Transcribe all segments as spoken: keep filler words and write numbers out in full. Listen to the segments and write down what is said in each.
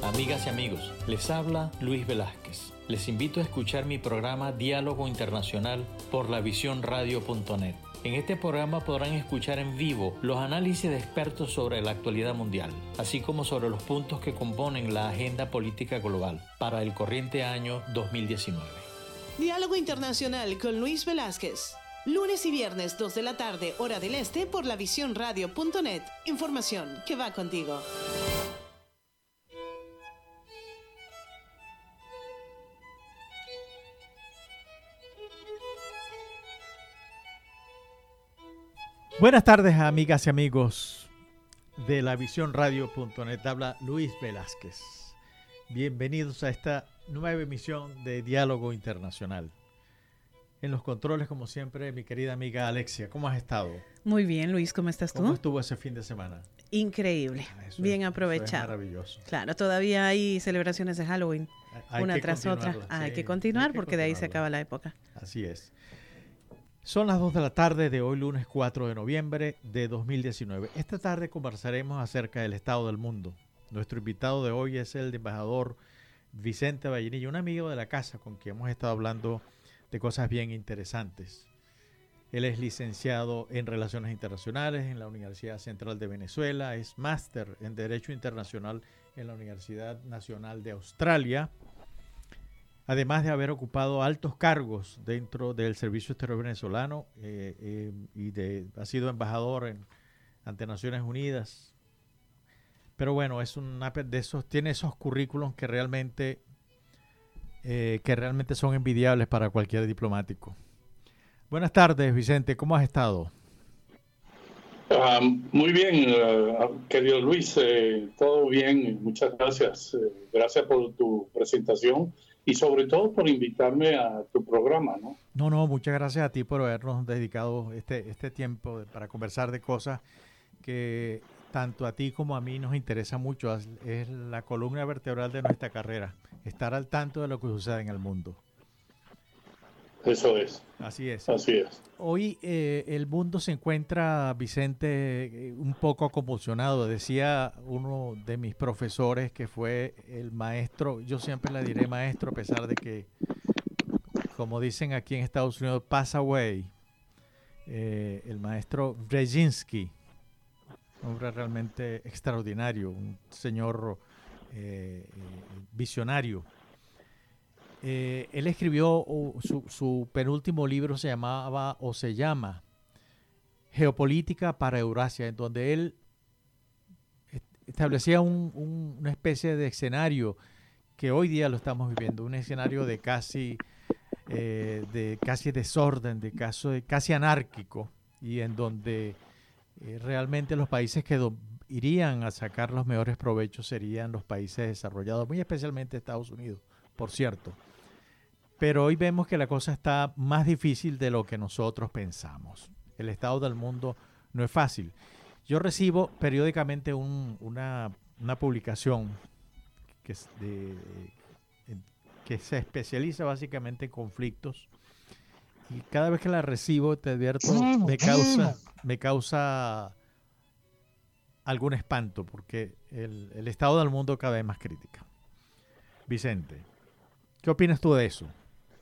Amigas y amigos, les habla Luis Velázquez. Les invito a escuchar mi programa Diálogo Internacional por la visión radio punto net. En este programa podrán escuchar en vivo los análisis de expertos sobre la actualidad mundial, así como sobre los puntos que componen la agenda política global para el corriente año dos mil diecinueve. Diálogo Internacional con Luis Velázquez. Lunes y viernes, dos de la tarde, hora del este, por la visión radio punto net. Información que va contigo. Buenas tardes, amigas y amigos de la visión radio punto net. Habla Luis Velázquez. Bienvenidos a esta nueva emisión de Diálogo Internacional. En los controles, como siempre, mi querida amiga Alexia. ¿Cómo has estado? Muy bien, Luis. ¿Cómo estás tú? ¿Cómo estuvo ese fin de semana? Increíble. Ah, eso bien es, aprovechado. Eso es maravilloso. Claro, todavía hay celebraciones de Halloween, hay una que tras otra. sí, Ah, hay que continuar hay que porque de ahí se continuarlo. acaba la época. Así es. Son las dos de la tarde de hoy, lunes cuatro de noviembre de dos mil diecinueve. Esta tarde conversaremos acerca del estado del mundo. Nuestro invitado de hoy es el embajador Vicente Vallenilla, un amigo de la casa con quien hemos estado hablando de cosas bien interesantes. Él es licenciado en Relaciones Internacionales en la Universidad Central de Venezuela, es máster en Derecho Internacional en la Universidad Nacional de Australia, además de haber ocupado altos cargos dentro del Servicio Exterior venezolano eh, eh, y de, ha sido embajador en, ante Naciones Unidas. Pero bueno, es una de esos, tiene esos currículums que realmente, eh, que realmente son envidiables para cualquier diplomático. Buenas tardes, Vicente, ¿cómo has estado? Uh, muy bien, uh, querido Luis, eh, todo bien, muchas gracias. Eh, gracias por tu presentación y sobre todo por invitarme a tu programa, ¿no? No, no, muchas gracias a ti por habernos dedicado este, este tiempo de, para conversar de cosas que tanto a ti como a mí nos interesa mucho. Es, es la columna vertebral de nuestra carrera, estar al tanto de lo que sucede en el mundo. Eso es. Así es. Así es. Hoy eh, el mundo se encuentra, Vicente, eh, un poco convulsionado. Decía uno de mis profesores que fue el maestro, yo siempre le diré maestro a pesar de que, como dicen aquí en Estados Unidos, pass away, eh, el maestro Brzezinski, un hombre realmente extraordinario, un señor eh, eh, visionario. Eh, él escribió uh, su, su penúltimo libro, se llamaba o se llama Geopolítica para Eurasia, en donde él establecía un, un, una especie de escenario que hoy día lo estamos viviendo, un escenario de casi, eh, de casi desorden, de casi, casi anárquico, y en donde eh, realmente los países que do, irían a sacar los mejores provechos serían los países desarrollados, muy especialmente Estados Unidos, por cierto. Pero hoy vemos que la cosa está más difícil de lo que nosotros pensamos. El estado del mundo no es fácil. Yo recibo periódicamente un, una, una publicación que, es de, que se especializa básicamente en conflictos. Y cada vez que la recibo, te advierto, me causa, me causa algún espanto, porque el, el estado del mundo cada vez más crítica. Vicente, ¿qué opinas tú de eso?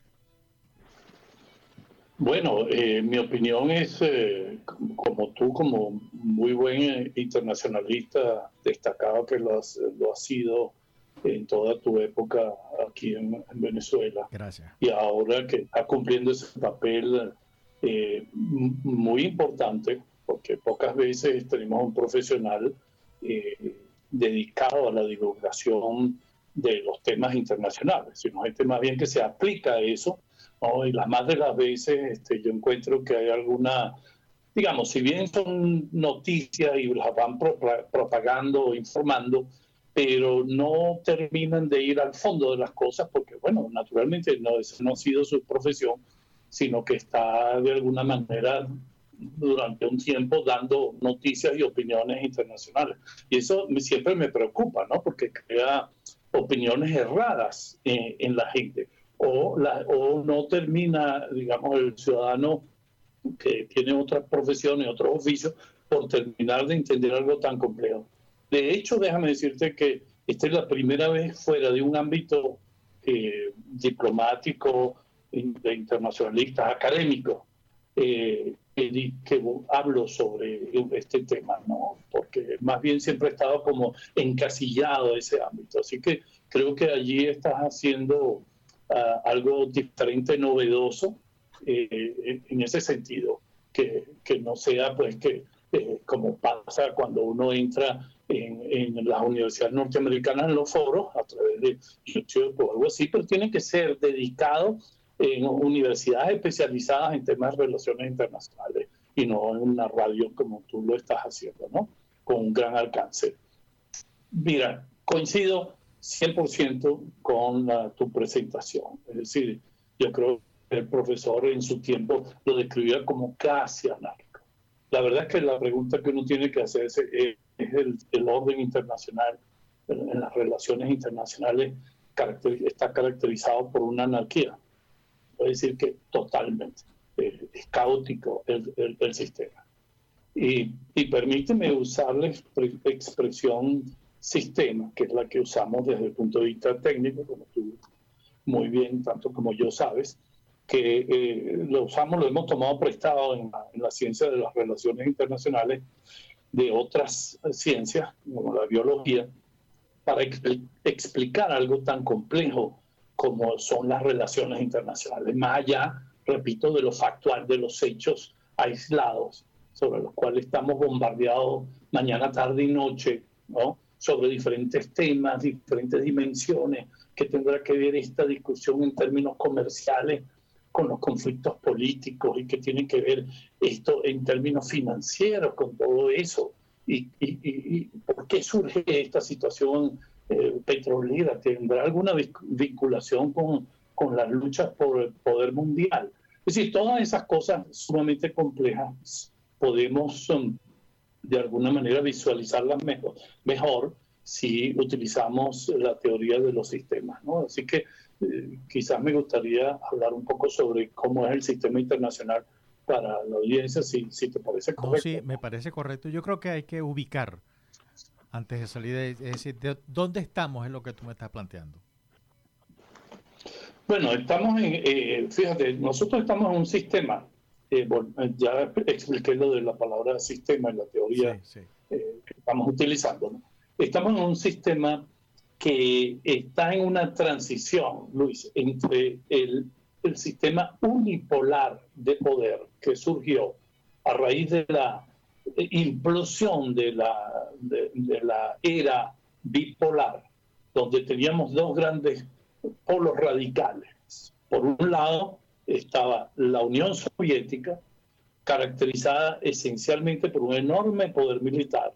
Bueno, eh, mi opinión es, eh, como tú, como muy buen eh, internacionalista destacado que lo has, lo has sido en toda tu época aquí en, en Venezuela. Gracias. Y ahora que está cumpliendo ese papel eh, muy importante, porque pocas veces tenemos un profesional eh, dedicado a la divulgación de los temas internacionales, sino gente más bien que se aplica a eso, ¿no? Y las más de las veces este, yo encuentro que hay alguna, digamos, si bien son noticias y las van pro propagando o informando, pero no terminan de ir al fondo de las cosas porque, bueno, naturalmente no, esa no ha sido su profesión, sino que está de alguna manera durante un tiempo dando noticias y opiniones internacionales. Y eso siempre me preocupa, ¿no? Porque crea opiniones erradas en, en la gente. O, la, o no termina, digamos, el ciudadano que tiene otras profesiones, otros oficios, por terminar de entender algo tan complejo. De hecho, déjame decirte que esta es la primera vez fuera de un ámbito eh, diplomático, de internacionalistas, académicos, eh, que, que hablo sobre este tema, ¿no? Porque más bien siempre he estado como encasillado a ese ámbito. Así que creo que allí estás haciendo uh, algo diferente, novedoso, eh, en ese sentido, que, que no sea pues que, eh, como pasa cuando uno entra en, en las universidades norteamericanas, en los foros, a través de YouTube o algo así, pero tiene que ser dedicado en universidades especializadas en temas de relaciones internacionales y no en una radio como tú lo estás haciendo, ¿no? Con un gran alcance. Mira, coincido cien por ciento con la, tu presentación. Es decir, yo creo que el profesor en su tiempo lo describía como casi anárquico. La verdad es que la pregunta que uno tiene que hacerse es, es el, el orden internacional, en las relaciones internacionales, caracter, está caracterizado por una anarquía. Puedo decir que totalmente eh, es caótico el, el, el sistema. Y, y permíteme usar la expresión sistema, que es la que usamos desde el punto de vista técnico, como tú muy bien, tanto como yo sabes, que eh, lo usamos, lo hemos tomado prestado en la, en la ciencia de las relaciones internacionales de otras ciencias, como la biología, para expl- explicar algo tan complejo como son las relaciones internacionales, más allá, repito, de lo factual, de los hechos aislados sobre los cuales estamos bombardeados mañana, tarde y noche, ¿no? Sobre diferentes temas, diferentes dimensiones, que tendrá que ver esta discusión en términos comerciales con los conflictos políticos y que tiene que ver esto en términos financieros con todo eso. ¿Y, y, y, y por qué surge esta situación Eh, petrolera? ¿Tendrá alguna vinculación con, con las luchas por el poder mundial? Es decir, todas esas cosas sumamente complejas podemos um, de alguna manera visualizarlas mejor, mejor si utilizamos la teoría de los sistemas, ¿no? Así que eh, quizás me gustaría hablar un poco sobre cómo es el sistema internacional para la audiencia, si, si te parece correcto. No, sí, me parece correcto. Yo creo que hay que ubicar antes de salir, de, es decir, de ¿dónde estamos? Es lo que tú me estás planteando. Bueno, estamos en, eh, fíjate, nosotros estamos en un sistema, eh, bueno, ya expliqué lo de la palabra sistema en la teoría sí, sí. Eh, que estamos utilizando, ¿no? Estamos en un sistema que está en una transición, Luis, entre el, el sistema unipolar de poder que surgió a raíz de la implosión de la, de, de la era bipolar, donde teníamos dos grandes polos radicales. Por un lado estaba la Unión Soviética, caracterizada esencialmente por un enorme poder militar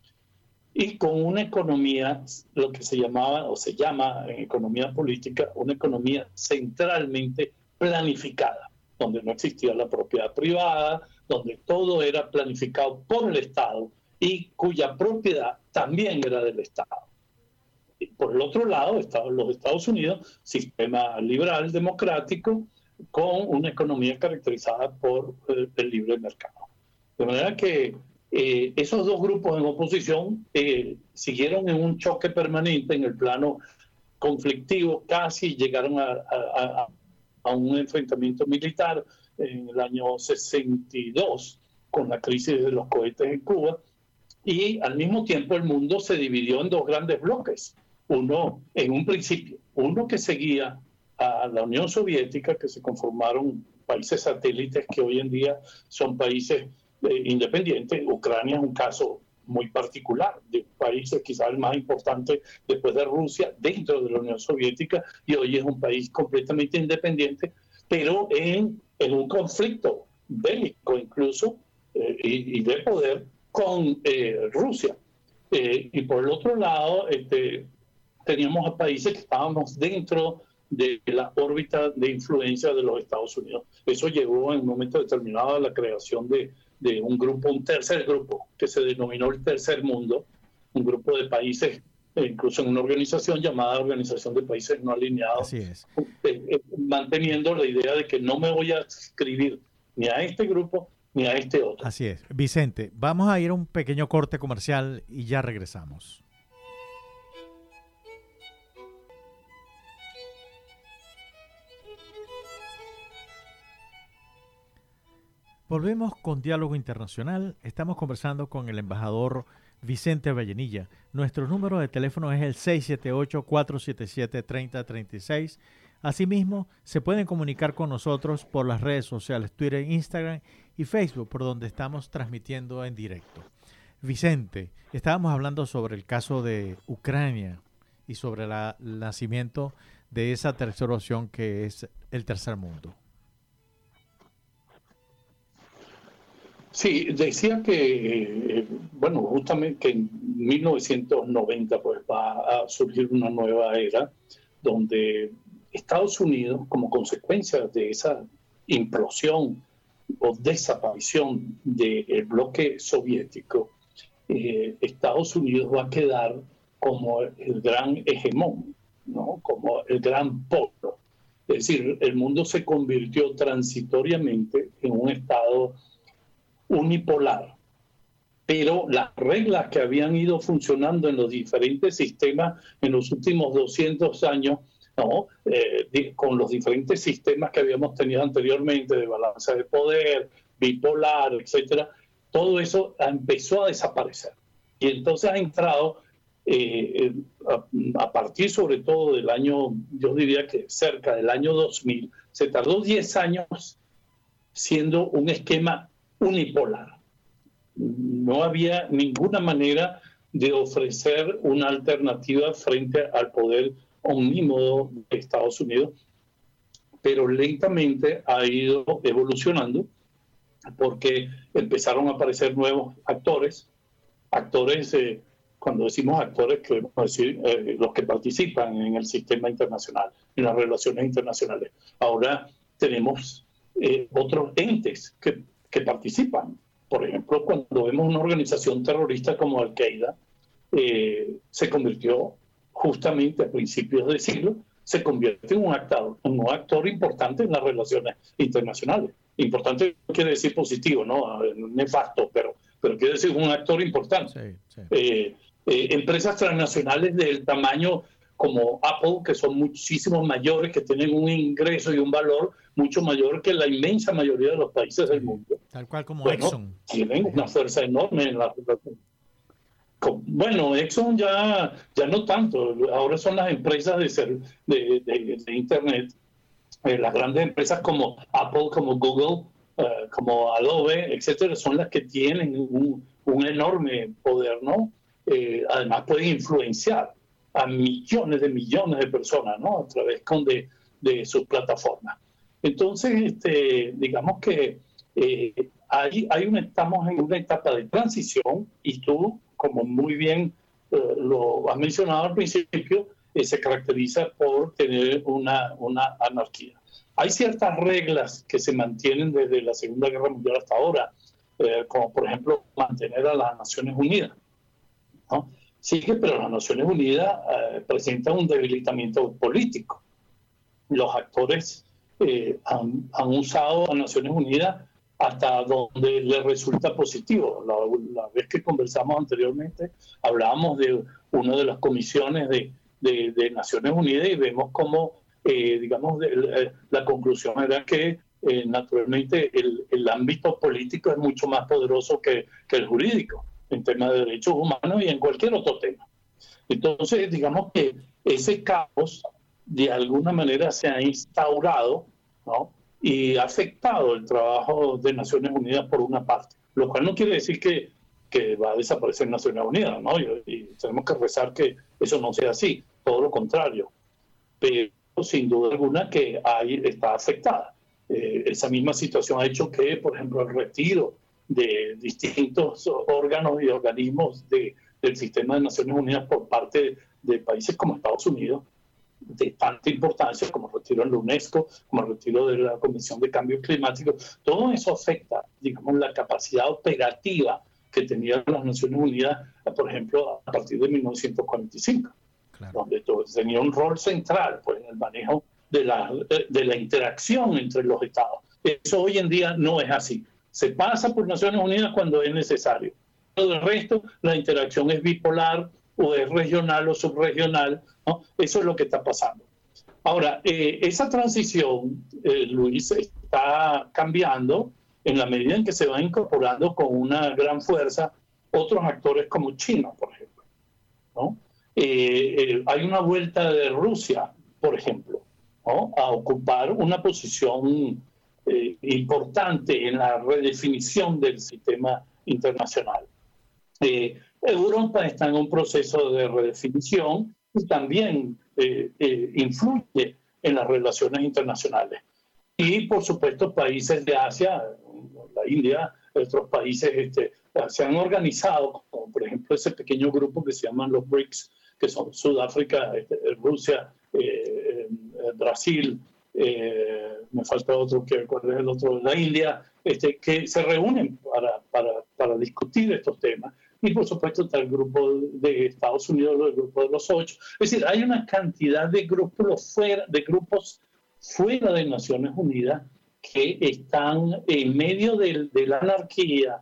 y con una economía, lo que se llamaba o se llama en economía política, una economía centralmente planificada, donde no existía la propiedad privada, donde todo era planificado por el Estado y cuya propiedad también era del Estado. Y por el otro lado estaban los Estados Unidos, sistema liberal democrático, con una economía caracterizada por eh, el libre mercado. De manera que eh, esos dos grupos en oposición eh, siguieron en un choque permanente en el plano conflictivo, casi llegaron a, a, a, a un enfrentamiento militar en el año sesenta y dos, con la crisis de los cohetes en Cuba, y al mismo tiempo el mundo se dividió en dos grandes bloques. Uno, en un principio, uno que seguía a la Unión Soviética, que se conformaron países satélites que hoy en día son países eh, independientes. Ucrania es un caso muy particular, de países quizás el más importante después de Rusia dentro de la Unión Soviética, y hoy es un país completamente independiente, pero en, en un conflicto bélico incluso eh, y, y de poder con eh, Rusia. Eh, y por el otro lado, este, teníamos a países que estábamos dentro de la órbita de influencia de los Estados Unidos. Eso llevó en un momento determinado a la creación de, de un grupo, un tercer grupo, que se denominó el Tercer Mundo, un grupo de países, incluso en una organización llamada Organización de Países No Alineados. Así es. Eh, eh, manteniendo la idea de que no me voy a adscribir ni a este grupo ni a este otro. Así es. Vicente, vamos a ir a un pequeño corte comercial y ya regresamos. Volvemos con Diálogo Internacional. Estamos conversando con el embajador Vicente Vallenilla. Nuestro número de teléfono es el seis siete ocho, cuatro siete siete, tres cero tres seis. Asimismo, se pueden comunicar con nosotros por las redes sociales, Twitter, Instagram y Facebook, por donde estamos transmitiendo en directo. Vicente, estábamos hablando sobre el caso de Ucrania y sobre la, el nacimiento de esa tercera opción que es el tercer mundo. Sí, decía que, eh, bueno, justamente que en mil novecientos noventa pues va a surgir una nueva era donde Estados Unidos, como consecuencia de esa implosión o desaparición del bloque soviético, eh, Estados Unidos va a quedar como el gran hegemón, ¿no? Como el gran polo. Es decir, el mundo se convirtió transitoriamente en un estado unipolar, pero las reglas que habían ido funcionando en los diferentes sistemas en los últimos doscientos años, ¿no? Eh, de, con los diferentes sistemas que habíamos tenido anteriormente de balanza de poder, bipolar, etcétera, todo eso empezó a desaparecer. Y entonces ha entrado, eh, a, a partir sobre todo del año, yo diría que cerca del año dos mil, se tardó diez años siendo un esquema unipolar. No había ninguna manera de ofrecer una alternativa frente al poder omnímodo de Estados Unidos, pero lentamente ha ido evolucionando porque empezaron a aparecer nuevos actores, actores, eh, cuando decimos actores queremos decir eh, los que participan en el sistema internacional, en las relaciones internacionales. Ahora tenemos eh, otros entes que que participan. Por ejemplo, cuando vemos una organización terrorista como Al-Qaeda, eh, se convirtió justamente a principios del siglo, se convierte en un actor, en un actor importante en las relaciones internacionales. Importante no quiere decir positivo, ¿no? Nefasto, pero, pero quiere decir un actor importante. Sí, sí. Eh, eh, empresas transnacionales del tamaño como Apple, que son muchísimos mayores, que tienen un ingreso y un valor mucho mayor que la inmensa mayoría de los países del mundo. Tal cual como bueno, Exxon. Tienen una fuerza enorme en la relación. Bueno, Exxon ya, ya no tanto. Ahora son las empresas de, ser, de, de, de Internet, eh, las grandes empresas como Apple, como Google, uh, como Adobe, etcétera, son las que tienen un, un enorme poder, ¿no? Eh, además pueden influenciar a millones de millones de personas, ¿no? A través con de, de sus plataformas. Entonces, este, digamos que eh, hay, hay una, estamos en una etapa de transición y tú, como muy bien eh, lo has mencionado al principio, eh, se caracteriza por tener una, una anarquía. Hay ciertas reglas que se mantienen desde la Segunda Guerra Mundial hasta ahora, eh, como por ejemplo mantener a las Naciones Unidas, ¿no? Sí, pero las Naciones Unidas eh, presentan un debilitamiento político. Los actores eh, han, han usado a Naciones Unidas hasta donde les resulta positivo. La, la vez que conversamos anteriormente, hablábamos de una de las comisiones de, de, de Naciones Unidas y vemos cómo, eh, digamos, de, la conclusión era que eh, naturalmente el, el ámbito político es mucho más poderoso que, que el jurídico en temas de derechos humanos y en cualquier otro tema. Entonces, digamos que ese caos de alguna manera se ha instaurado, ¿no? Y ha afectado el trabajo de Naciones Unidas por una parte, lo cual no quiere decir que, que va a desaparecer Naciones Unidas, ¿no? Y, y tenemos que rezar que eso no sea así, todo lo contrario. Pero sin duda alguna que hay, está afectada. Eh, esa misma situación ha hecho que, por ejemplo, el retiro de distintos órganos y organismos de, del sistema de Naciones Unidas por parte de países como Estados Unidos, de tanta importancia como el retiro en la UNESCO, como el retiro de la Convención de Cambio Climático, todo eso afecta, digamos, la capacidad operativa que tenían las Naciones Unidas, por ejemplo, a partir de mil novecientos cuarenta y cinco, claro, donde todo, tenía un rol central pues, en el manejo de la, de la interacción entre los estados. Eso hoy en día no es así. Se pasa por Naciones Unidas cuando es necesario. Todo el resto, la interacción es bipolar o es regional o subregional, ¿no? Eso es lo que está pasando. Ahora, eh, esa transición, eh, Luis, está cambiando en la medida en que se va incorporando con una gran fuerza otros actores como China, por ejemplo, ¿no? Eh, eh, hay una vuelta de Rusia, por ejemplo, ¿no?, a ocupar una posición eh, importante en la redefinición del sistema internacional. Eh, Europa está en un proceso de redefinición y también eh, eh, influye en las relaciones internacionales. Y, por supuesto, países de Asia, la India, otros países este, se han organizado, como por ejemplo ese pequeño grupo que se llaman los BRICS, que son Sudáfrica, este, Rusia, eh, eh, Brasil, eh, me falta otro, que ¿cuál es el otro? La India, este, que se reúnen para, para, para discutir estos temas. Y por supuesto está el grupo de Estados Unidos, el grupo de los ocho. Es decir, hay una cantidad de grupos fuera de, grupos fuera de Naciones Unidas que están en medio de, de la anarquía,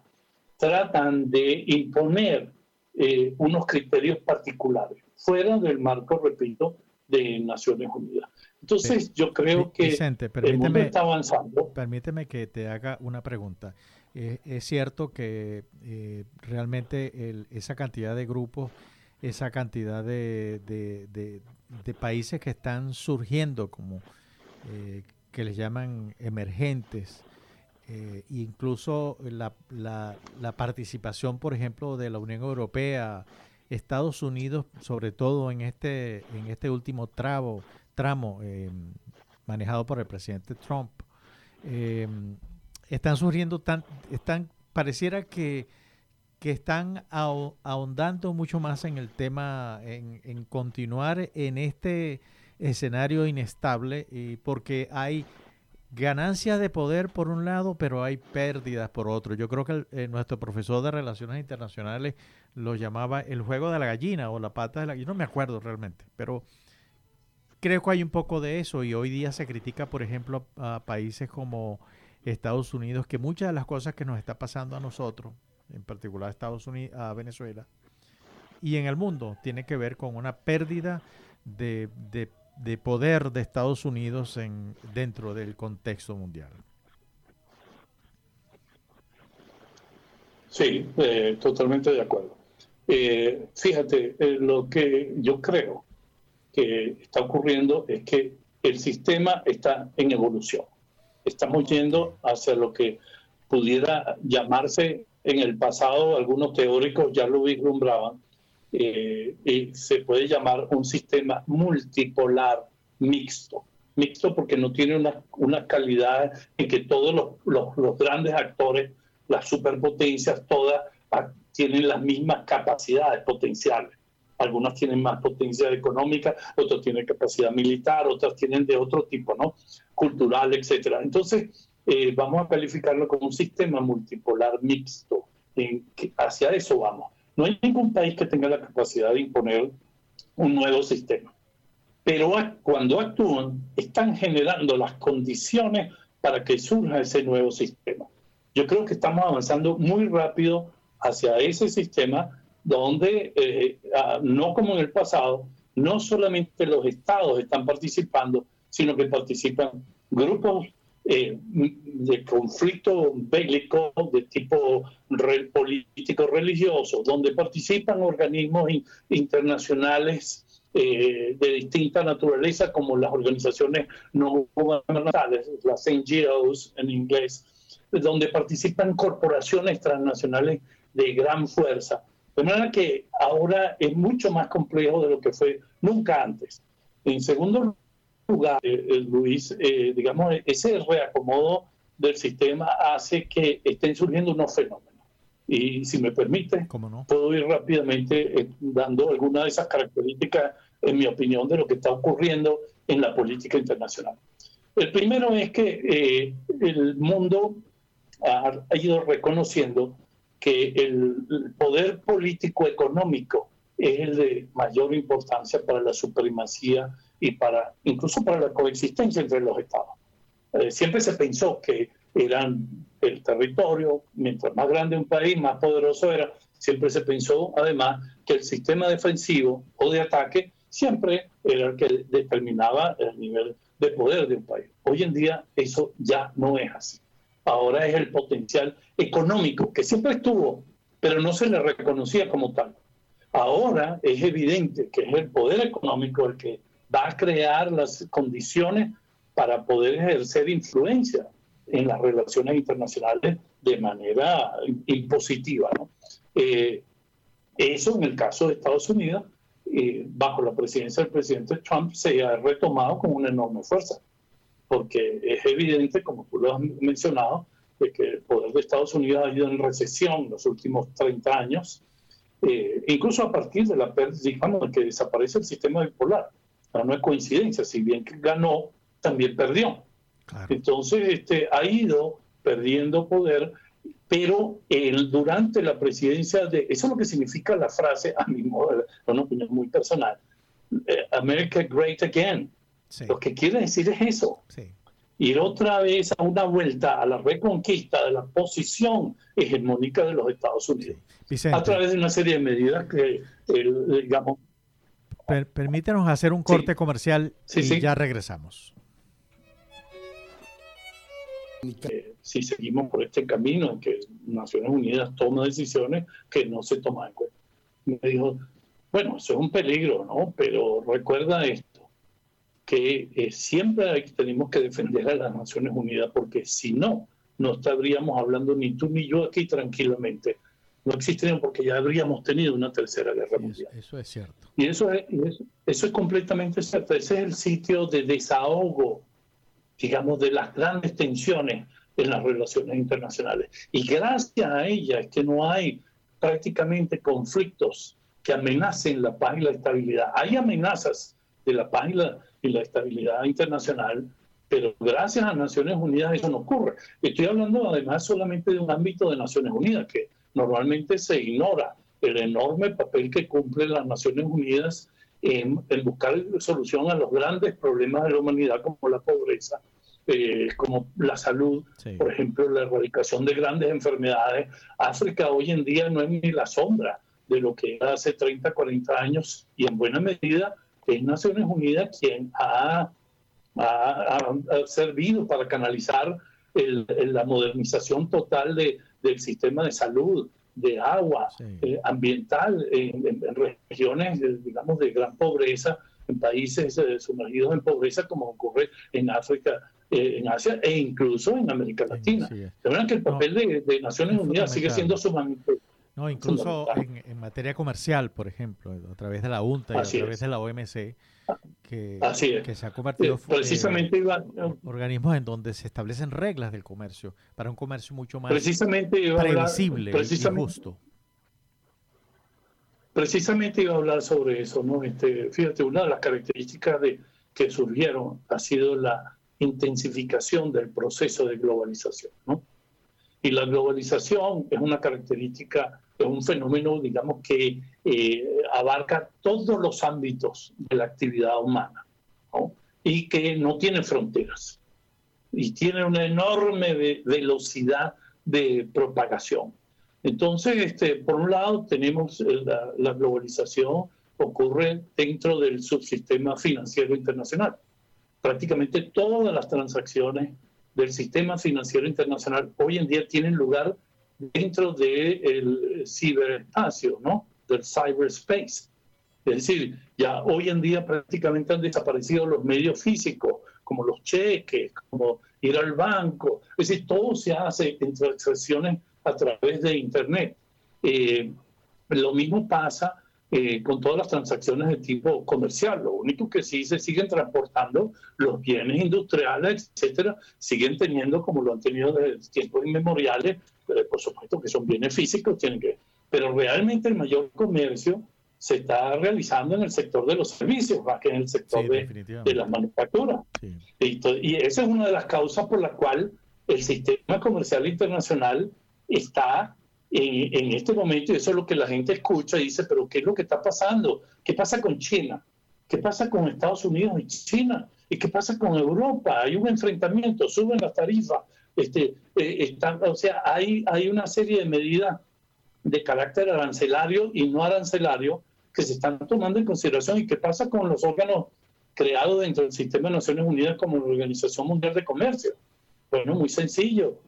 tratan de imponer eh, unos criterios particulares, fuera del marco, repito, de Naciones Unidas. Entonces, yo creo que Vicente, el mundo está avanzando. Permíteme que te haga una pregunta. Eh, es cierto que eh, realmente el, esa cantidad de grupos, esa cantidad de, de, de, de países que están surgiendo como eh, que les llaman emergentes, eh, incluso la, la, la participación, por ejemplo, de la Unión Europea, Estados Unidos, sobre todo en este, en este último tramo, tramo eh, manejado por el presidente Trump, eh, están surgiendo tan, están, pareciera que, que están ahondando mucho más en el tema, en, en continuar en este escenario inestable, y porque hay ganancias de poder por un lado, pero hay pérdidas por otro. Yo creo que el, eh, nuestro profesor de Relaciones Internacionales lo llamaba el juego de la gallina o la pata de la gallina, no me acuerdo realmente, pero creo que hay un poco de eso, y hoy día se critica, por ejemplo, a, a países como Estados Unidos, que muchas de las cosas que nos está pasando a nosotros, en particular a Estados Unidos, a Venezuela y en el mundo, tiene que ver con una pérdida de, de, de poder de Estados Unidos en, dentro del contexto mundial. Sí, eh, totalmente de acuerdo. Eh, fíjate, eh, lo que yo creo que está ocurriendo es que el sistema está en evolución. Estamos yendo hacia lo que pudiera llamarse en el pasado, algunos teóricos ya lo vislumbraban, eh, y se puede llamar un sistema multipolar mixto. Mixto porque no tiene una, una calidad en que todos los, los, los grandes actores, las superpotencias, todas tienen las mismas capacidades potenciales. Algunas tienen más potencia económica, otras tienen capacidad militar, otras tienen de otro tipo, ¿no? Cultural, etcétera. Entonces, eh, vamos a calificarlo como un sistema multipolar mixto. En que hacia eso vamos. No hay ningún país que tenga la capacidad de imponer un nuevo sistema. Pero cuando actúan, están generando las condiciones para que surja ese nuevo sistema. Yo creo que estamos avanzando muy rápido hacia ese sistema donde, eh, no como en el pasado, no solamente los estados están participando, sino que participan grupos eh, de conflicto bélico de tipo re, político-religioso, donde participan organismos in, internacionales eh, de distinta naturaleza, como las organizaciones no gubernamentales, las N G Os en inglés, donde participan corporaciones transnacionales de gran fuerza. De manera que ahora es mucho más complejo de lo que fue nunca antes. En segundo lugar, eh, Luis, eh, digamos, ese reacomodo del sistema hace que estén surgiendo unos fenómenos. Y si me permite, ¿Cómo no? puedo ir rápidamente eh, dando algunas de esas características, en mi opinión, de lo que está ocurriendo en la política internacional. El primero es que eh, el mundo ha, ha ido reconociendo que el, el poder político-económico es el de mayor importancia para la supremacía y para incluso para la coexistencia entre los estados. Eh, siempre se pensó que eran el territorio, mientras más grande un país, más poderoso era. Siempre se pensó, además, que el sistema defensivo o de ataque siempre era el que determinaba el nivel de poder de un país. Hoy en día eso ya no es así. ahora es el potencial económico, que siempre estuvo, pero no se le reconocía como tal. Ahora es evidente que es el poder económico el que va a crear las condiciones para poder ejercer influencia en las relaciones internacionales de manera impositiva, ¿no? Eh, eso en el caso de Estados Unidos, eh, bajo la presidencia del presidente Trump, se ha retomado con una enorme fuerza, porque es evidente, como tú lo has mencionado, de que el poder de Estados Unidos ha ido en recesión los últimos treinta años, eh, incluso a partir de la pérdida, digamos, de que desaparece el sistema bipolar. No, no es coincidencia, si bien que ganó, también perdió. Claro. Entonces este, ha ido perdiendo poder, pero el, durante la presidencia de... Eso es lo que significa la frase, a mi modo, es una opinión muy personal, eh, America Great Again. Sí. Lo que quiere decir es eso. Sí. Ir otra vez a una vuelta a la reconquista de la posición hegemónica de los Estados Unidos. Sí. A través de una serie de medidas que, eh, digamos... Per- permítanos hacer un corte sí. comercial sí, y sí. ya regresamos. Eh, si seguimos por este camino en que Naciones Unidas toma decisiones que no se toman en cuenta. Me dijo, bueno, eso es un peligro, ¿no? Pero recuerda esto, que eh, siempre hay, tenemos que defender a las Naciones Unidas, porque si no, no estaríamos hablando ni tú ni yo aquí tranquilamente. No existirían, porque ya habríamos tenido una tercera guerra mundial. Eso, eso es cierto. Y eso es, eso, eso es completamente cierto. Ese es el sitio de desahogo, digamos, de las grandes tensiones en las relaciones internacionales. Y gracias a ella es que no hay prácticamente conflictos que amenacen la paz y la estabilidad. Hay amenazas de la paz y la, y la estabilidad internacional, pero gracias a Naciones Unidas eso no ocurre. Estoy hablando además solamente de un ámbito de Naciones Unidas, que normalmente se ignora el enorme papel que cumplen las Naciones Unidas en, en buscar solución a los grandes problemas de la humanidad, como la pobreza, eh, como la salud, sí. por ejemplo, la erradicación de grandes enfermedades. África hoy en día no es ni la sombra de lo que era hace treinta, cuarenta años, y en buena medida es Naciones Unidas quien ha, ha, ha, ha servido para canalizar el, el, la modernización total de, del sistema de salud, de agua, sí. eh, ambiental, en, en, en regiones, digamos, de gran pobreza, en países eh, sumergidos en pobreza, como ocurre en África, eh, en Asia e incluso en América Latina. Sí, sí. De verdad que el papel no, de, de Naciones Unidas sigue siendo sumamente... No, incluso en, en materia comercial, por ejemplo, a través de la UNTA y Así a través es. de la O M C, que, que se ha convertido precisamente en iba, organismos en donde se establecen reglas del comercio, para un comercio mucho más precisamente iba previsible hablar, precisamente, y justo. Precisamente iba a hablar sobre eso, ¿no? Este, fíjate, una de las características de, que surgieron ha sido la intensificación del proceso de globalización, ¿no? Y la globalización es una característica, es un fenómeno, digamos, que eh, abarca todos los ámbitos de la actividad humana, ¿no? Y que no tiene fronteras. Y tiene una enorme ve- velocidad de propagación. Entonces, este, por un lado, tenemos la, la globalización, ocurre dentro del subsistema financiero internacional. Prácticamente todas las transacciones del sistema financiero internacional hoy en día tienen lugar dentro del ciberespacio, ¿no? Del cyberspace. Es decir, ya hoy en día prácticamente han desaparecido los medios físicos, como los cheques, como ir al banco. Es decir, todo se hace en transacciones a través de Internet. Eh, lo mismo pasa eh, con todas las transacciones de tipo comercial. Lo único que sí se siguen transportando los bienes industriales, etcétera, siguen teniendo, como lo han tenido desde tiempos inmemoriales, eh, por supuesto que son bienes físicos, tienen que, pero realmente el mayor comercio se está realizando en el sector de los servicios, más que en el sector sí, de, de las manufacturas. Sí. Y, y esa es una de las causas por la cual el sistema comercial internacional está en, en este momento, y eso es lo que la gente escucha y dice, pero ¿qué es lo que está pasando? ¿Qué pasa con China? ¿Qué pasa con Estados Unidos y China? ¿Y qué pasa con Europa? Hay un enfrentamiento, suben las tarifas. Este, eh, están, o sea, hay, hay una serie de medidas de carácter arancelario y no arancelario que se están tomando en consideración. ¿Y qué pasa con los órganos creados dentro del sistema de Naciones Unidas como la Organización Mundial de Comercio? Bueno, muy sencillo.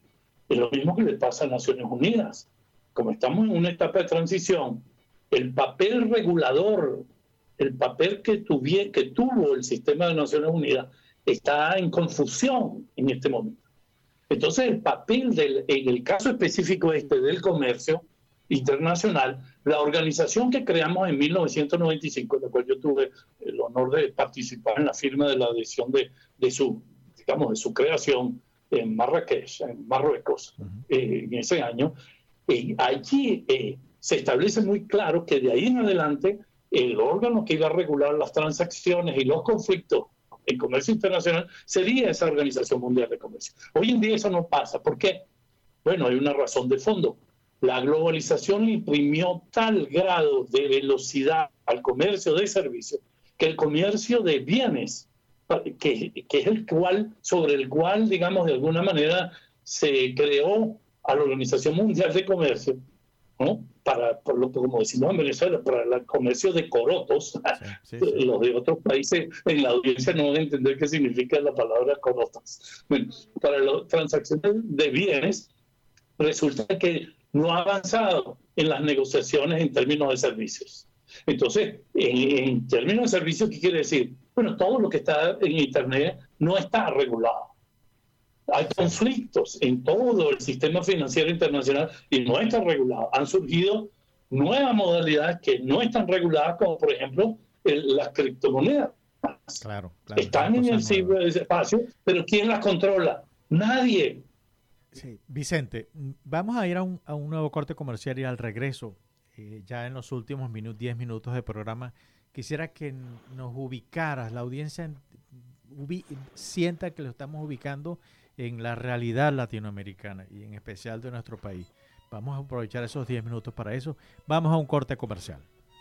Es lo mismo que le pasa a Naciones Unidas. Como estamos en una etapa de transición, el papel regulador, el papel que, tuvie, que tuvo el sistema de Naciones Unidas está en confusión en este momento. Entonces el papel, del, en el caso específico este del comercio internacional, la organización que creamos en mil novecientos noventa y cinco, en la cual yo tuve el honor de participar en la firma de la adhesión de, de su, digamos, de su creación en Marrakech, en Marruecos, uh-huh. eh, en ese año, eh, allí eh, se establece muy claro que de ahí en adelante el órgano que iba a regular las transacciones y los conflictos en comercio internacional sería esa Organización Mundial de Comercio. Hoy en día eso no pasa. ¿Por qué? Bueno, hay una razón de fondo. La globalización le imprimió tal grado de velocidad al comercio de servicios que el comercio de bienes, que, que es el cual, sobre el cual, digamos, de alguna manera se creó a la Organización Mundial de Comercio, ¿no? Para, por lo, como decimos en Venezuela, para el comercio de corotos. Sí, sí, sí. Los de otros países en la audiencia no van a entender qué significa la palabra corotos. Bueno, para las transacciones de bienes, resulta que no ha avanzado en las negociaciones en términos de servicios. Entonces, en, en términos de servicios, ¿qué quiere decir? Bueno, todo lo que está en Internet no está regulado. Hay conflictos en todo el sistema financiero internacional y no está regulado. Han surgido nuevas modalidades que no están reguladas, como por ejemplo el, las criptomonedas. Claro, claro, están en el ciberespacio, pero ¿quién las controla? Nadie. Sí. Vicente, vamos a ir a un, a un nuevo corte comercial y al regreso, eh, ya en los últimos minutos, diez minutos de programa, quisiera que nos ubicaras, la audiencia ubi, sienta que lo estamos ubicando en la realidad latinoamericana y en especial de nuestro país. Vamos a aprovechar esos diez minutos para eso. Vamos a un corte comercial.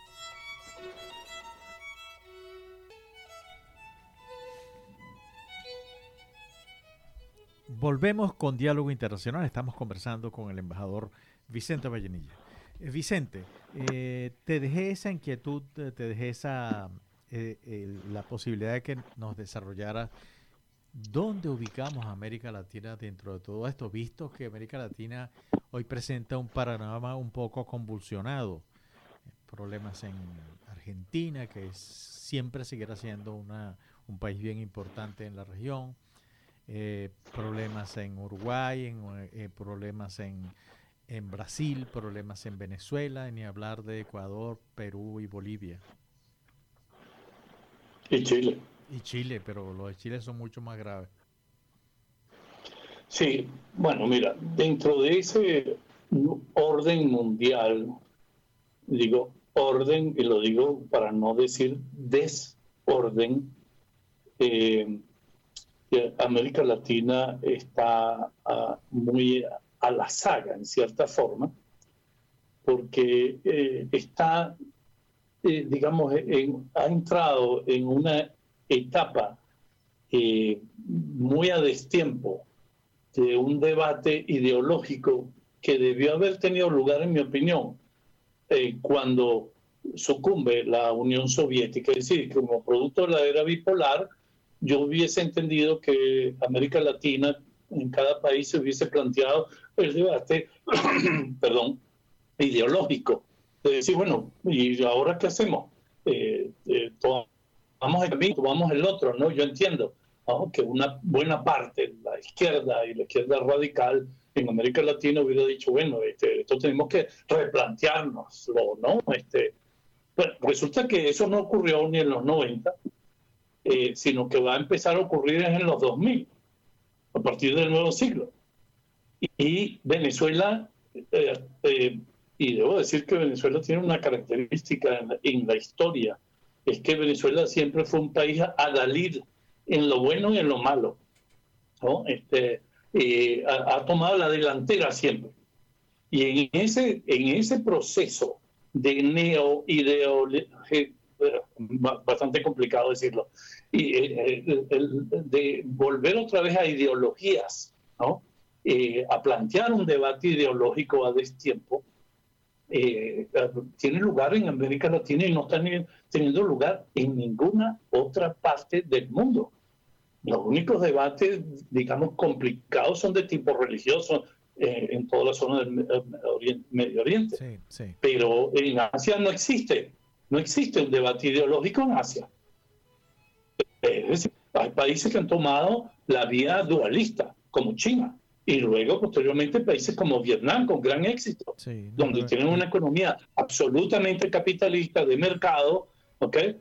Volvemos con Diálogo Internacional. Estamos conversando con el embajador Vicente Vallenilla. Eh, Vicente, eh, te dejé esa inquietud, te dejé esa eh, eh, la posibilidad de que nos desarrollara dónde ubicamos a América Latina dentro de todo esto, visto que América Latina hoy presenta un panorama un poco convulsionado. Problemas en Argentina, que es, siempre seguirá siendo una, un país bien importante en la región. Eh, problemas en Uruguay, en, eh, problemas en, en Brasil, problemas en Venezuela, ni hablar de Ecuador, Perú y Bolivia. Y Chile. Y Chile, pero los de Chile son mucho más graves. Sí, bueno, mira, dentro de ese orden mundial, digo orden, y lo digo para no decir desorden, eh, América Latina está uh, muy a la saga, en cierta forma, porque eh, está, eh, digamos, en, ha entrado en una etapa eh, muy a destiempo de un debate ideológico que debió haber tenido lugar, en mi opinión, eh, cuando sucumbe la Unión Soviética. Es decir, como producto de la era bipolar, yo hubiese entendido que América Latina, en cada país se hubiese planteado el debate, perdón, ideológico. De decir, bueno, ¿y ahora qué hacemos? Eh, eh, tomamos el camino, tomamos el otro, ¿no? Yo entiendo, ¿no?, que una buena parte, la izquierda y la izquierda radical en América Latina hubiera dicho, bueno, este, esto tenemos que replanteárnoslo, ¿no? Este, bueno, resulta que eso no ocurrió ni en los noventa, Eh, sino que va a empezar a ocurrir en los dos mil, a partir del nuevo siglo. Y, y Venezuela, eh, eh, y debo decir que Venezuela tiene una característica en la, en la historia, es que Venezuela siempre fue un país adalid en lo bueno y en lo malo, ¿no? Este, eh, ha, ha tomado la delantera siempre. Y en ese, en ese proceso de neoideología, bastante complicado decirlo, y eh, el, el, de volver otra vez a ideologías, ¿no? Eh, a plantear un debate ideológico a destiempo, eh, tiene lugar en América Latina y no está teniendo lugar en ninguna otra parte del mundo. Los únicos debates, digamos, complicados son de tipo religioso, eh, en toda la zona del Oriente, Medio Oriente. Sí, sí. Pero en Asia no existe, no existe un debate ideológico en Asia. Es decir, hay países que han tomado la vía dualista, como China, y luego posteriormente países como Vietnam, con gran éxito, Sí, no, donde pero- tienen una economía absolutamente capitalista de mercado, ¿ok? Eh,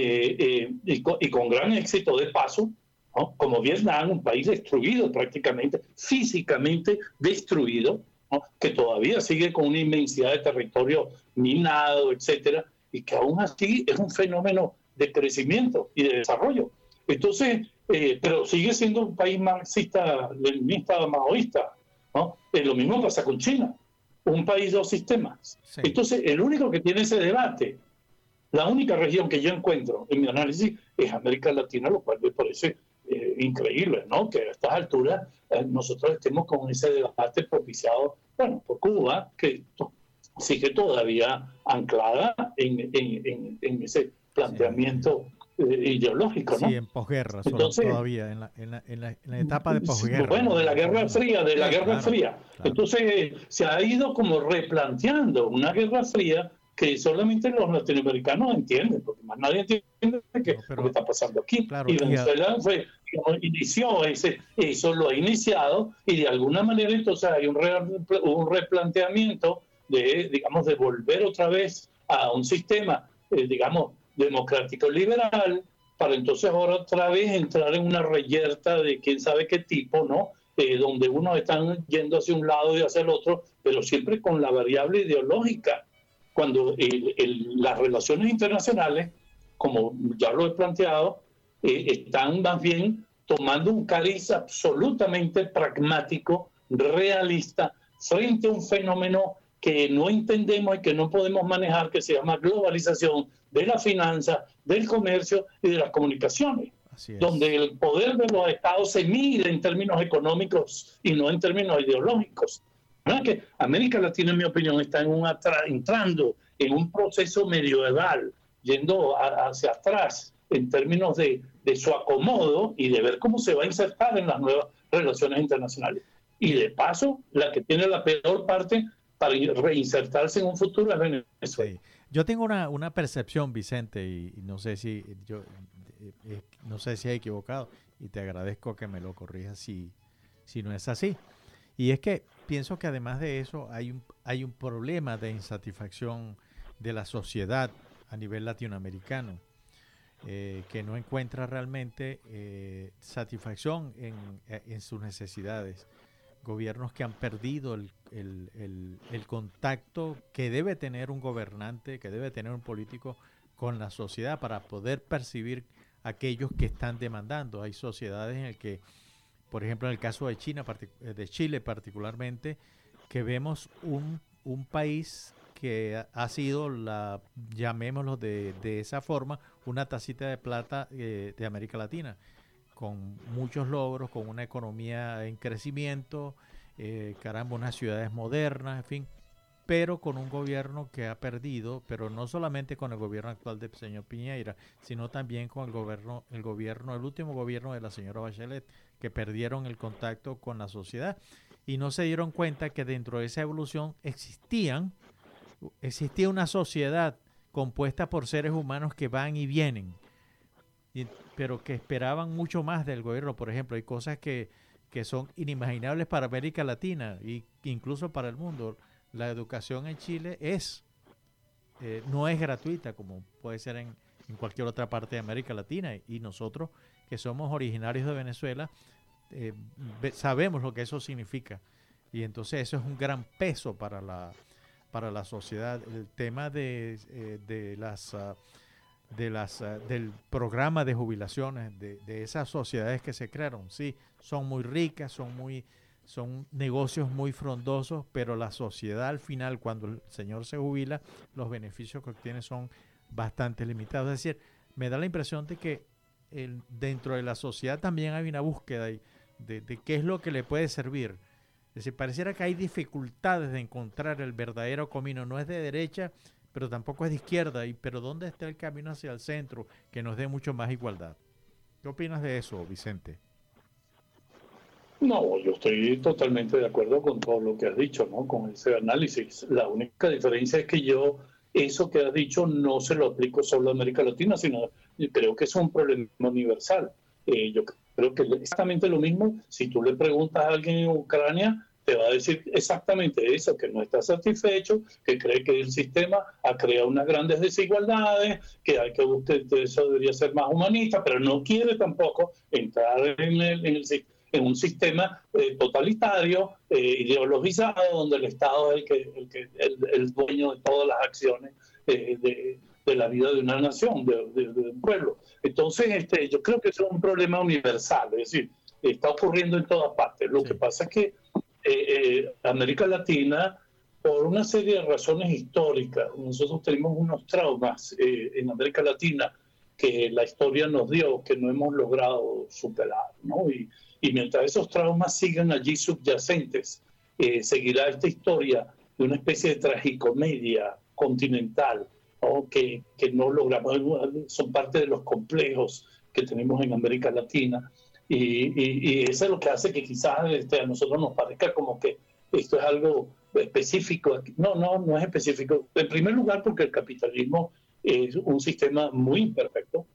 eh, y, con, y con gran éxito de paso, ¿no? Como Vietnam, un país destruido prácticamente, físicamente destruido, ¿no? Que todavía sigue con una inmensidad de territorio minado, etcétera, y que aún así es un fenómeno de crecimiento y de desarrollo. Entonces, eh, pero sigue siendo un país marxista, leninista, maoísta, ¿no? Eh, lo mismo pasa con China, un país, dos sistemas. Sí. Entonces, el único que tiene ese debate, la única región que yo encuentro en mi análisis es América Latina, lo cual me parece eh, increíble, ¿no? Que a estas alturas eh, nosotros estemos con ese debate propiciado, bueno, por Cuba, que to- sigue todavía anclada en, en, en, en ese planteamiento eh, ideológico, ¿no? Sí, en posguerra, solo Entonces, todavía, en la, en, la, en, la, en la etapa de posguerra. bueno, de la Guerra Fría, de la Sí, Guerra claro, Fría. claro. Entonces, se ha ido como replanteando una Guerra Fría que solamente los latinoamericanos entienden, porque más nadie entiende qué No, pero- lo que está pasando aquí. claro, y y a- Venezuela fue, digamos, inició ese, eso lo ha iniciado, y de alguna manera entonces hay un, re, un replanteamiento de, digamos, de volver otra vez a un sistema, eh, digamos, democrático liberal, para entonces ahora otra vez entrar en una reyerta de quién sabe qué tipo, ¿no? Eh, donde unos están yendo hacia un lado y hacia el otro, pero siempre con la variable ideológica. Cuando el, el, las relaciones internacionales, como ya lo he planteado, eh, están más bien tomando un cariz absolutamente pragmático, realista, frente a un fenómeno que no entendemos y que no podemos manejar, que se llama globalización de la finanza, del comercio y de las comunicaciones, Así es. donde el poder de los estados se mide en términos económicos y no en términos ideológicos. ¿Verdad? Que América Latina, en mi opinión, está en un atra- entrando en un proceso medieval, yendo a- hacia atrás en términos de, de su acomodo y de ver cómo se va a insertar en las nuevas relaciones internacionales. Y de paso, la que tiene la peor parte para reinsertarse en un futuro es Venezuela. Sí. Yo tengo una, una percepción, Vicente, y, y no sé si yo eh, eh, no sé si he equivocado, y te agradezco que me lo corrijas si, si no es así. Y es que pienso que además de eso hay un, hay un problema de insatisfacción de la sociedad a nivel latinoamericano, eh, que no encuentra realmente eh, satisfacción en, en sus necesidades. Gobiernos que han perdido el, el, el, el contacto que debe tener un gobernante, que debe tener un político con la sociedad para poder percibir aquellos que están demandando. Hay sociedades en las que, por ejemplo, en el caso de China, de Chile particularmente, que vemos un, un país que ha sido, la llamémoslo de, de esa forma, una tacita de plata eh, de América Latina, con muchos logros, con una economía en crecimiento, eh, caramba, unas ciudades modernas, en fin, pero con un gobierno que ha perdido, pero no solamente con el gobierno actual del señor Piñera, sino también con el gobierno, el gobierno, el último gobierno de la señora Bachelet, que perdieron el contacto con la sociedad y no se dieron cuenta que dentro de esa evolución existían, existía una sociedad compuesta por seres humanos que van y vienen, y, pero que esperaban mucho más del gobierno. Por ejemplo, hay cosas que, que son inimaginables para América Latina e incluso para el mundo. La educación en Chile es eh, no es gratuita como puede ser en, en cualquier otra parte de América Latina, y nosotros que somos originarios de Venezuela eh, sabemos lo que eso significa, y entonces eso es un gran peso para la para la sociedad. El tema de, eh, de las uh, de las uh, del programa de jubilaciones de, de esas sociedades que se crearon, sí, son muy ricas, son muy son negocios muy frondosos, pero la sociedad al final, cuando el señor se jubila, los beneficios que obtiene son bastante limitados. Es decir, me da la impresión de que el, dentro de la sociedad también hay una búsqueda de, de, de qué es lo que le puede servir. Es decir, pareciera que hay dificultades de encontrar el verdadero camino. No es de derecha, pero tampoco es de izquierda. Y, pero ¿dónde está el camino hacia el centro que nos dé mucho más igualdad? ¿Qué opinas de eso, Vicente? No, yo estoy totalmente de acuerdo con todo lo que has dicho, ¿no? Con ese análisis. La única diferencia es que yo eso que has dicho no se lo aplico solo a América Latina, sino creo que es un problema universal. Eh, yo creo que es exactamente lo mismo. Si tú le preguntas a alguien en Ucrania, te va a decir exactamente eso, que no está satisfecho, que cree que el sistema ha creado unas grandes desigualdades, que hay que buscar, eso debería ser más humanista, pero no quiere tampoco entrar en el, en el en un sistema eh, totalitario, eh, ideologizado, donde el Estado es el que el, que, el, el dueño de todas las acciones eh, de, de la vida de una nación, de, de, de un pueblo. Entonces, este, yo creo que eso es un problema universal, es decir, está ocurriendo en todas partes. Lo sí. que pasa es que eh, eh, América Latina, por una serie de razones históricas, nosotros tenemos unos traumas eh, en América Latina que la historia nos dio, que no hemos logrado superar, ¿no? Y, y mientras esos traumas sigan allí subyacentes, eh, seguirá esta historia de una especie de tragicomedia continental, ¿no? que, que no logramos, son parte de los complejos que tenemos en América Latina, y, y, y eso es lo que hace que quizás este, a nosotros nos parezca como que esto es algo específico. No, no, no es específico. En primer lugar, porque el capitalismo es un sistema muy imperfecto,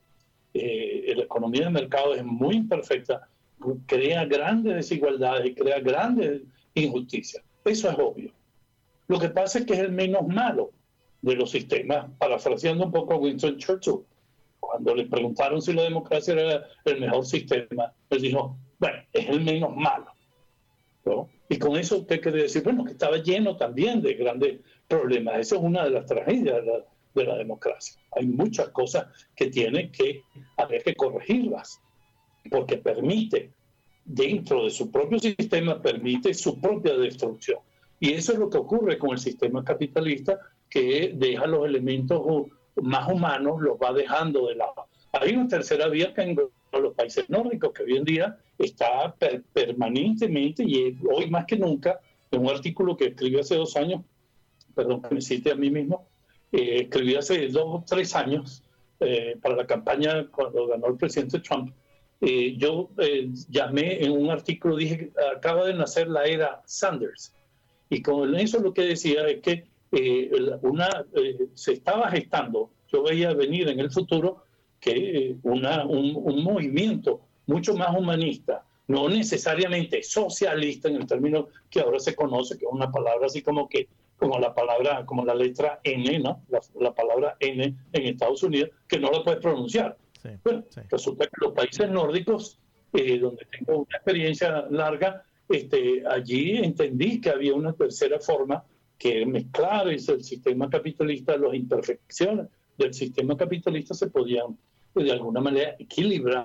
eh, la economía de mercado es muy imperfecta, crea grandes desigualdades, crea grandes injusticias. Eso es obvio. Lo que pasa es que es el menos malo de los sistemas, parafraseando un poco a Winston Churchill. Cuando le preguntaron si la democracia era el mejor sistema, él dijo, bueno, es el menos malo, ¿no? Y con eso usted quiere decir, bueno, que estaba lleno también de grandes problemas. Esa es una de las tragedias de la, de la democracia. Hay muchas cosas que tiene que haber que corregirlas, porque permite, dentro de su propio sistema, permite su propia destrucción. Y eso es lo que ocurre con el sistema capitalista, que deja los elementos más humanos, los va dejando de lado. Hay una tercera vía que en los países nórdicos, que hoy en día está per permanentemente, y hoy más que nunca, en un artículo que escribí hace dos años, perdón que me cite a mí mismo, eh, escribí hace dos o tres años, eh, para la campaña cuando ganó el presidente Trump. Eh, yo eh, llamé en un artículo, dije, acaba de nacer la era Sanders. Y con eso lo que decía es que eh, una, eh, se estaba gestando, yo veía venir en el futuro, que eh, una, un, un movimiento mucho más humanista, no necesariamente socialista en el término que ahora se conoce, que es una palabra así como que, como la palabra, como la letra N, ¿no? La, la palabra N en Estados Unidos, que no la puedes pronunciar. Sí, bueno, sí. Resulta que los países nórdicos, eh, donde tengo una experiencia larga, este, allí entendí que había una tercera forma que mezclar el sistema capitalista, las imperfecciones del sistema capitalista se podían de alguna manera equilibrar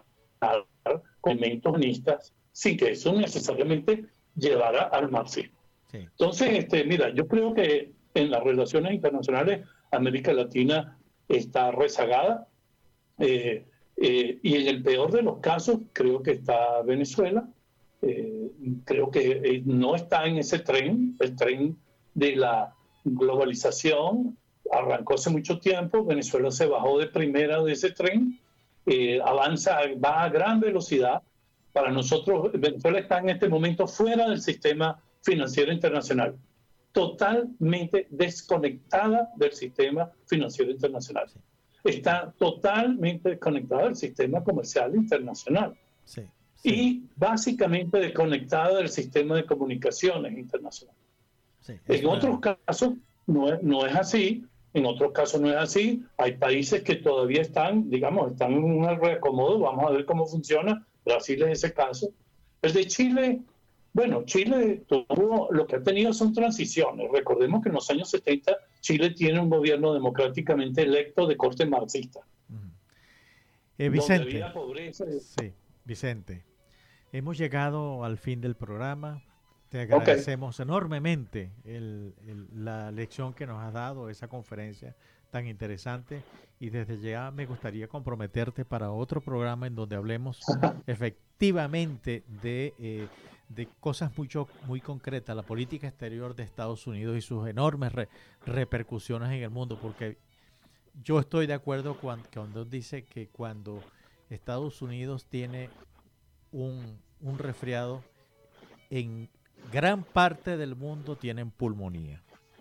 con elementos humanistas sin que eso necesariamente llevara al marxismo. Sí. Entonces, este, mira, yo creo que en las relaciones internacionales América Latina está rezagada, eh, eh, y en el peor de los casos creo que está Venezuela. Eh, creo que eh, no está en ese tren, el tren de la globalización arrancó hace mucho tiempo, Venezuela se bajó de primera de ese tren, eh, avanza, va a gran velocidad. Para nosotros, Venezuela está en este momento fuera del sistema financiero internacional, totalmente desconectada del sistema financiero internacional. Sí. Está totalmente desconectada del sistema comercial internacional. Sí. Sí. Y básicamente desconectada del sistema de comunicaciones internacional. Sí, en otros casos no es, no es así, en otros casos no es así. Hay países que todavía están, digamos, están en un reacomodo, vamos a ver cómo funciona. Brasil es ese caso. El de Chile, bueno, Chile tuvo, lo que ha tenido son transiciones. Recordemos que en los años setenta Chile tiene un gobierno democráticamente electo de corte marxista. Uh-huh. eh, Vicente, pobreza. Sí, Vicente. Hemos llegado al fin del programa. Te agradecemos okay. enormemente el, el, la lección que nos has dado, esa conferencia tan interesante. Y desde ya me gustaría comprometerte para otro programa en donde hablemos efectivamente de, eh, de cosas mucho, muy concretas, la política exterior de Estados Unidos y sus enormes re, repercusiones en el mundo. Porque yo estoy de acuerdo cuando, cuando dice que cuando Estados Unidos tiene un, un resfriado, en gran parte del mundo tienen pulmonía.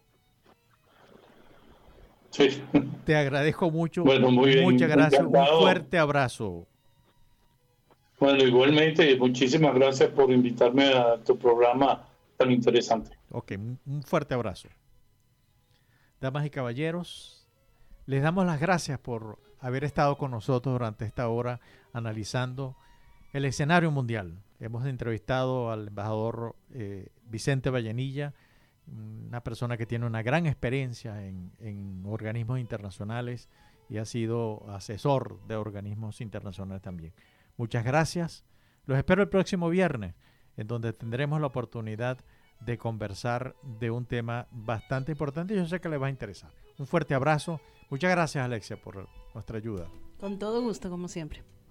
Sí. Te agradezco mucho. Bueno, muy bien. Muchas gracias. Encantado. Un fuerte abrazo. Bueno, igualmente, muchísimas gracias por invitarme a tu programa tan interesante. Ok, un, un fuerte abrazo. Damas y caballeros, les damos las gracias por haber estado con nosotros durante esta hora analizando el escenario mundial. Hemos entrevistado al embajador eh, Vicente Vallenilla, una persona que tiene una gran experiencia en, en organismos internacionales y ha sido asesor de organismos internacionales también. Muchas gracias. Los espero el próximo viernes, en donde tendremos la oportunidad de conversar de un tema bastante importante y yo sé que les va a interesar. Un fuerte abrazo. Muchas gracias, Alexia, por nuestra ayuda. Con todo gusto, como siempre.